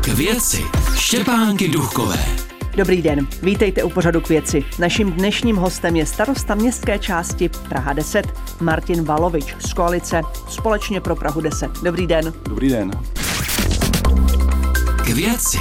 K věci Štěpánky Duchkové. Dobrý den, vítejte u pořadu K věci. Naším dnešním hostem je starosta městské části Praha 10, Martin Valovič z koalice Společně pro Prahu 10. Dobrý den. Dobrý den. K věci.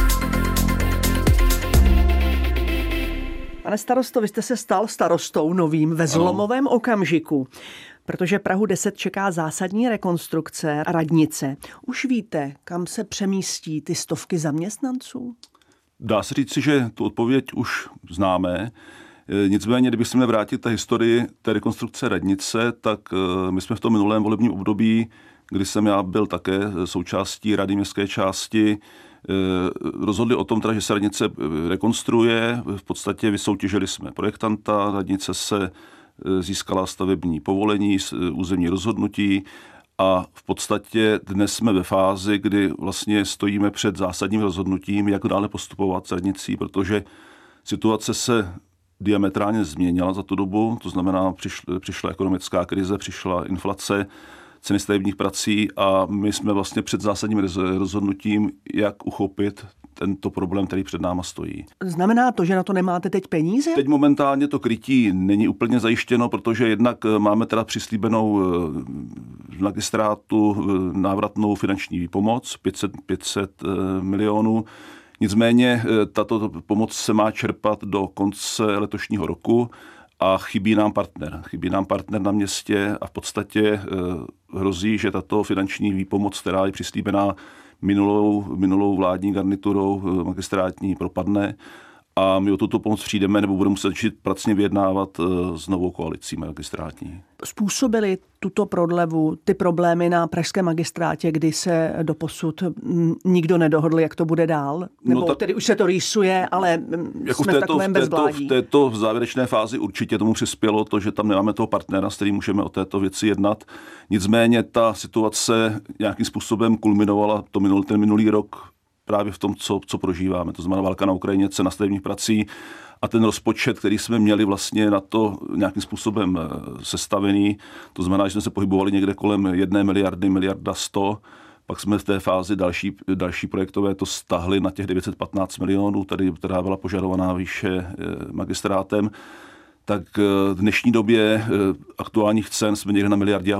Pane starosto, vy jste se stal starostou novým ve zlomovém okamžiku, protože Prahu 10 čeká zásadní rekonstrukce radnice. Už víte, kam se přemístí ty stovky zaměstnanců? Dá se říct, že tu odpověď už známe. Nicméně, kdybych se měl vrátit ta historii té rekonstrukce radnice, tak my jsme v tom minulém volebním období, kdy jsem já byl také součástí rady městské části, rozhodli o tom, že se radnice rekonstruuje. V podstatě vysoutěžili jsme projektanta, radnice se získala stavební povolení, územní rozhodnutí a v podstatě dnes jsme ve fázi, kdy vlastně stojíme před zásadním rozhodnutím, jak dále postupovat s radnicí, protože situace se diametrálně změnila za tu dobu, to znamená, přišla ekonomická krize, přišla inflace, ceny stavebních prací a my jsme vlastně před zásadním rozhodnutím, jak uchopit tento problém, který před náma stojí. Znamená to, že na to nemáte teď peníze? Teď momentálně to krytí není úplně zajištěno, protože jednak máme teda přislíbenou magistrátu návratnou finanční výpomoc, 500 milionů. Nicméně tato pomoc se má čerpat do konce letošního roku a chybí nám partner na městě a v podstatě hrozí, že tato finanční výpomoc, která je přislíbená minulou vládní garniturou magistrátní, propadne a my o tuto pomoc přijdeme nebo budeme muset začít pracně vyjednávat s novou koalicí magistrátní. Způsobili tuto prodlevu, ty problémy na pražském magistrátě, kdy se doposud nikdo nedohodl, jak to bude dál? Nebo tedy už se to rýsuje, ale jako jsme v takovém bezvládí. V této závěrečné fázi určitě tomu přispělo to, že tam nemáme toho partnera, s kterým můžeme o této věci jednat. Nicméně ta situace nějakým způsobem kulminovala ten minulý rok právě v tom, co prožíváme. To znamená válka na Ukrajině, cena stavebních prací a ten rozpočet, který jsme měli vlastně na to nějakým způsobem sestavený. To znamená, že jsme se pohybovali někde kolem 1 miliardy, 1,1 miliardy, pak jsme v té fázi další projektové to stáhli na těch 915 milionů, která byla požadovaná výše magistrátem. Tak v dnešní době aktuálních cen jsme někde na 1,5 miliardy.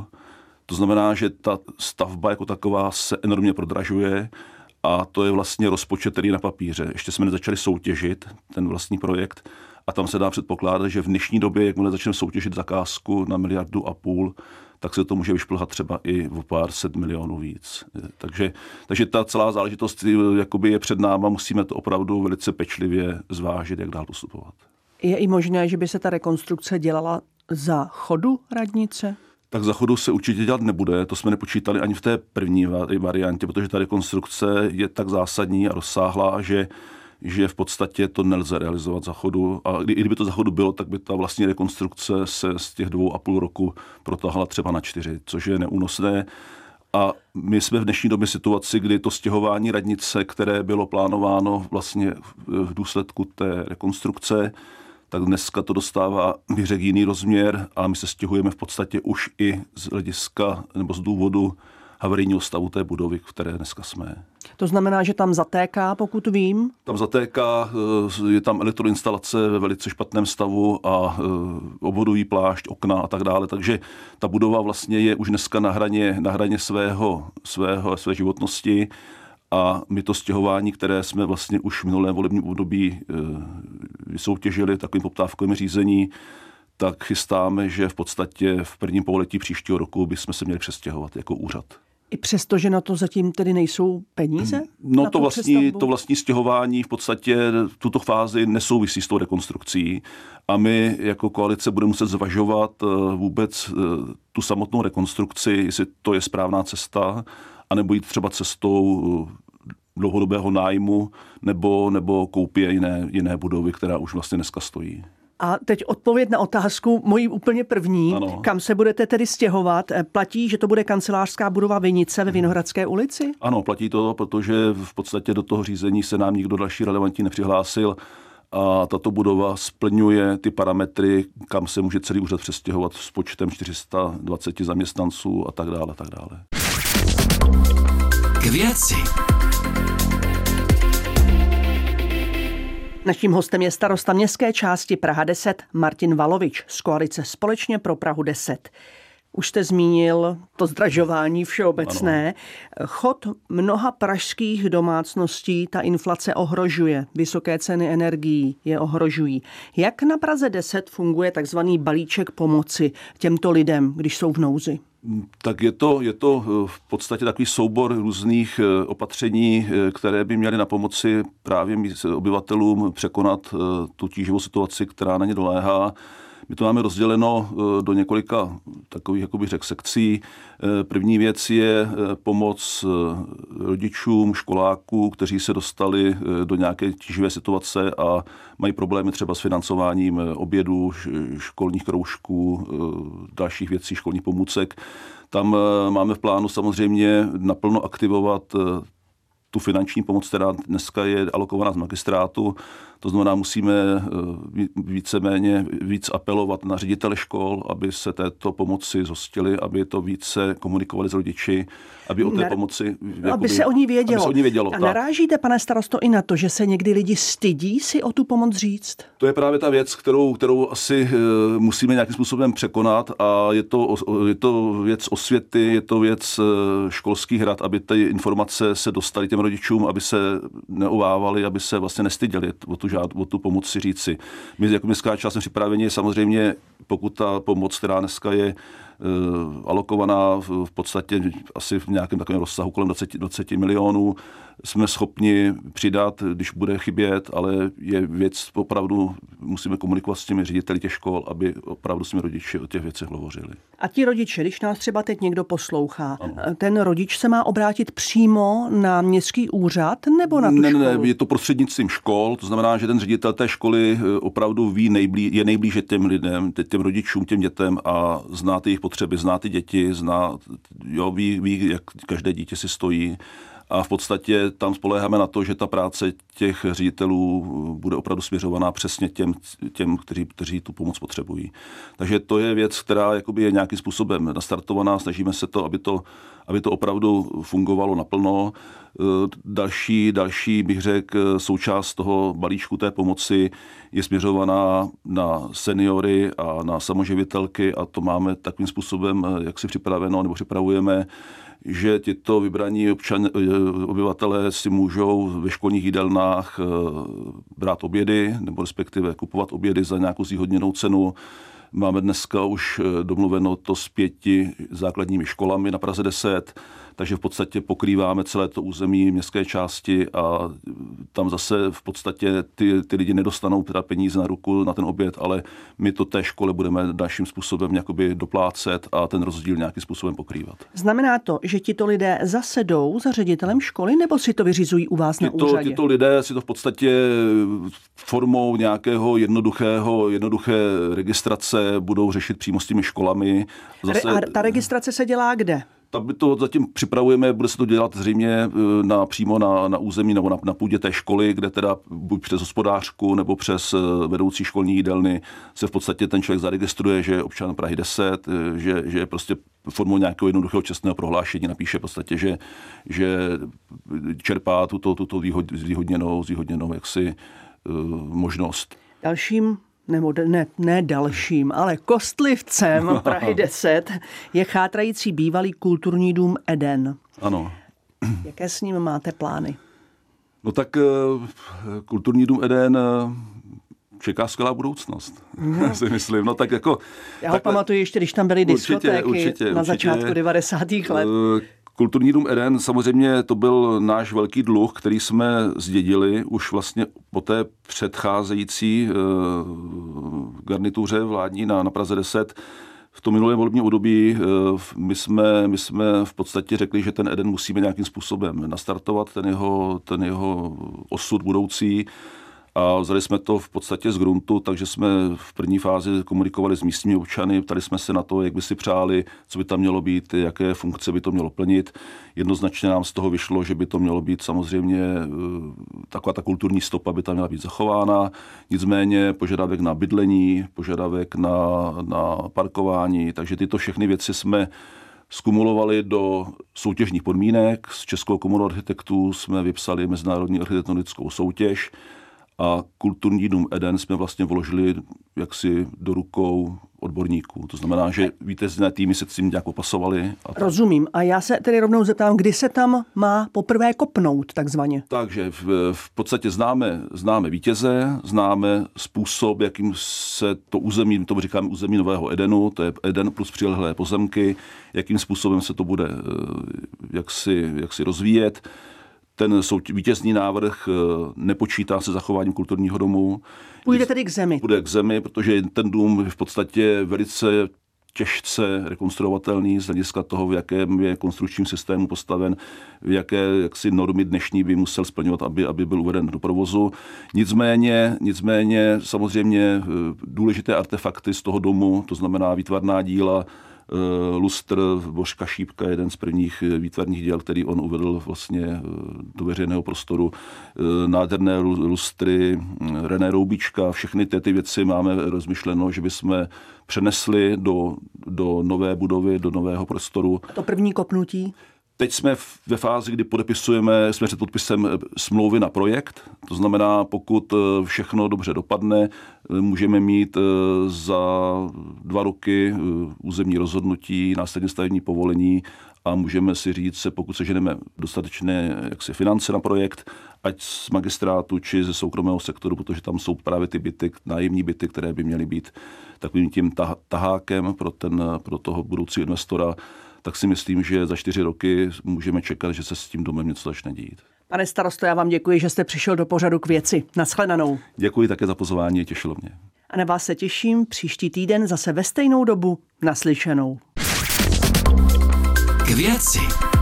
To znamená, že ta stavba jako taková se enormně prodražuje. A to je vlastně rozpočet, který je na papíře. Ještě jsme nezačali soutěžit ten vlastní projekt a tam se dá předpokládat, že v dnešní době, jakmile začneme soutěžit zakázku na 1,5 miliardy, tak se to může vyšplhat třeba i o pár set milionů víc. Takže ta celá záležitost jakoby je před náma, musíme to opravdu velice pečlivě zvážit, jak dál postupovat. Je i možné, že by se ta rekonstrukce dělala za chodu radnice? Tak za chodu se určitě dělat nebude. To jsme nepočítali ani v té první variantě, protože ta rekonstrukce je tak zásadní a rozsáhlá, že v podstatě to nelze realizovat za chodu. A i kdyby to za chodu bylo, tak by ta vlastní rekonstrukce se z těch 2,5 roku protáhla třeba na 4, což je neúnosné. A my jsme v dnešní době situaci, kdy to stěhování radnice, které bylo plánováno vlastně v důsledku té rekonstrukce, tak dneska to dostává vyřek jiný rozměr a my se stěhujeme v podstatě už i z hlediska nebo z důvodu havarijního stavu té budovy, v které dneska jsme. To znamená, že tam zatéká, pokud vím? Tam zatéká, je tam elektroinstalace ve velice špatném stavu a obvodový plášť, okna a tak dále, takže ta budova vlastně je už dneska na hraně své životnosti. A my to stěhování, které jsme vlastně už v minulém volebním období vysoutěžili takovým poptávkovým řízení, tak chystáme, že v podstatě v prvním pololetí příštího roku bychom se měli přestěhovat jako úřad. I přesto, že na to zatím tedy nejsou peníze? No to vlastní stěhování v podstatě v tuto fázi nesouvisí s tou rekonstrukcí a my jako koalice budeme muset zvažovat vůbec tu samotnou rekonstrukci, jestli to je správná cesta, anebo jít třeba cestou dlouhodobého nájmu nebo koupě jiné budovy, která už vlastně dneska stojí. A teď odpověď na otázku mojí úplně první. Ano. Kam se budete tedy stěhovat? Platí, že to bude kancelářská budova Vinice ve Vinohradské ulici? Ano, platí to, protože v podstatě do toho řízení se nám nikdo další relevantní nepřihlásil a tato budova splňuje ty parametry, kam se může celý úřad přestěhovat s počtem 420 zaměstnanců a tak dále, tak dále. K věci. Naším hostem je starosta městské části Praha 10 Martin Valovič z koalice Společně pro Prahu 10. Už jste zmínil to zdražování všeobecné. Ano. Chod mnoha pražských domácností ta inflace ohrožuje. Vysoké ceny energií je ohrožují. Jak na Praze 10 funguje takzvaný balíček pomoci těmto lidem, když jsou v nouzi? Tak je to v podstatě takový soubor různých opatření, které by měly na pomoci právě obyvatelům překonat tu tíživou situaci, která na ně doléhá. My to máme rozděleno do několika takových, jak bych řekl, sekcí. První věc je pomoc rodičům, školáků, kteří se dostali do nějaké tíživé situace a mají problémy třeba s financováním obědů, školních kroužků, dalších věcí, školních pomůcek. Tam máme v plánu samozřejmě naplno aktivovat tu finanční pomoc, která dneska je alokovaná z magistrátu. To znamená, musíme víc apelovat na ředitele škol, aby se této pomoci zhostili, aby to více komunikovali s rodiči, aby o té pomoci... Aby se o ní vědělo. A tak. narážíte, pane starosto, i na to, že se někdy lidi stydí si o tu pomoc říct? To je právě ta věc, kterou asi musíme nějakým způsobem překonat a je to věc osvěty, je to věc školských rad, aby ty informace se dostaly těm rodičům, aby se neobávali, aby se vlastně nestyděli o tu pomoc si říci. My jako městská část jsme připraveni samozřejmě, pokud ta pomoc, která dneska je alokovaná v podstatě asi v nějakém takovém rozsahu kolem 20 milionů, jsme schopni přidat, když bude chybět, ale je věc opravdu, musíme komunikovat s těmi řediteli těch škol, aby opravdu s těmi rodiči o těch věcech hovořili. A ti rodiče, když nás třeba teď někdo poslouchá, ano. Ten rodič se má obrátit přímo na městský úřad nebo na tu školu? Ne, je to prostřednictvím škol, to znamená, že ten ředitel té školy opravdu je nejblíže těm lidem, těm rodičům, těm dětem a zná ty jejich potřeby, zná ty děti, ví, jak každé dítě si stojí. A v podstatě tam spoléháme na to, že ta práce těch ředitelů bude opravdu směřovaná přesně těm kteří tu pomoc potřebují. Takže to je věc, která jakoby je nějakým způsobem nastartovaná. Snažíme se to, aby to opravdu fungovalo naplno. Další bych řekl, součást toho balíčku té pomoci je směřovaná na seniory a na samoživitelky a to máme takovým způsobem, jak si připraveno nebo připravujeme, že tyto vybraní obyvatelé si můžou ve školních jídelnách brát obědy nebo respektive kupovat obědy za nějakou zvýhodněnou cenu. Máme dneska už domluveno to s 5 základními školami na Praze 10, takže v podstatě pokrýváme celé to území městské části a tam zase v podstatě ty lidi nedostanou teda peníze na ruku na ten oběd, ale my to té škole budeme dalším způsobem jakoby doplácet a ten rozdíl nějakým způsobem pokrývat. Znamená to, že tito lidé zase jdou za ředitelem školy nebo si to vyřizují u vás na úřadě? Tyto lidé si to v podstatě formou nějakého jednoduché registrace budou řešit přímo s těmi školami. A ta registrace se dělá kde? Tak my to zatím připravujeme, bude se to dělat zřejmě přímo na území nebo na půdě té školy, kde teda buď přes hospodářku nebo přes vedoucí školní jídelny se v podstatě ten člověk zaregistruje, že je občan Prahy 10, že prostě formou nějakého jednoduchého čestného prohlášení napíše v podstatě, že čerpá tuto zvýhodněnou jaksi možnost. Dalším nebo ne dalším, ale kostlivcem Prahy 10 je chátrající bývalý kulturní dům Eden. Ano. Jaké s ním máte plány? No tak kulturní dům Eden čeká skvělá budoucnost, si myslím. No tak jako... Já ho pamatuju ještě, když tam byly diskotéky určitě, začátku 90. let. Kulturní dům Eden, samozřejmě to byl náš velký dluh, který jsme zdědili už vlastně po té předcházející garnituře vládní na Praze 10. V tom minulém volebním období my jsme v podstatě řekli, že ten Eden musíme nějakým způsobem nastartovat, ten jeho osud budoucí. A vzali jsme to v podstatě z gruntu, takže jsme v první fázi komunikovali s místními občany, ptali jsme se na to, jak by si přáli, co by tam mělo být, jaké funkce by to mělo plnit. Jednoznačně nám z toho vyšlo, že by to mělo být samozřejmě taková ta kulturní stopa by tam měla být zachována, nicméně požadavek na bydlení, požadavek na parkování, takže tyto všechny věci jsme skumulovali do soutěžních podmínek. S Českou komorou architektů jsme vypsali mezinárodní architektonickou soutěž a kulturní dům Eden jsme vlastně vložili jaksi do rukou odborníků. To znamená, že vítězné týmy se s tím nějak popasovali. Rozumím. A já se tedy rovnou zeptám, kdy se tam má poprvé kopnout, takzvaně? Takže v podstatě známe vítěze, známe způsob, jakým se to území, to říkáme území Nového Edenu, to je Eden plus přilehlé pozemky, jakým způsobem se to bude jaksi rozvíjet. Ten vítězný návrh nepočítá se zachováním kulturního domu. Půjde tedy k zemi. Půjde k zemi, protože ten dům je v podstatě velice těžce rekonstruovatelný z hlediska toho, v jakém je konstrukčním systému postaven, v jaké jaksi normy dnešní by musel splňovat, aby byl uveden do provozu. Nicméně samozřejmě důležité artefakty z toho domu, to znamená výtvarná díla, lustr, Božka Šípka, jeden z prvních výtvarných děl, který on uvedl vlastně do veřejného prostoru, nádherné lustry, René Roubička, všechny ty věci máme rozmyšleno, že bychom přenesli do nové budovy, do nového prostoru. A to první kopnutí? Teď jsme ve fázi, kdy jsme před podpisem smlouvy na projekt. To znamená, pokud všechno dobře dopadne, můžeme mít za 2 roky územní rozhodnutí, následně stavební povolení a můžeme si říct, pokud seženeme dostatečné finance na projekt, ať z magistrátu či ze soukromého sektoru, protože tam jsou právě ty byty, nájemní byty, které by měly být takovým tím tahákem pro toho budoucího investora, tak si myslím, že za 4 roky můžeme čekat, že se s tím domem něco začne dít. Pane starosto, já vám děkuji, že jste přišel do pořadu K věci. Naschledanou. Děkuji také za pozvání, těšilo mě. A na vás se těším příští týden zase ve stejnou dobu. Naslyšenou. K věci.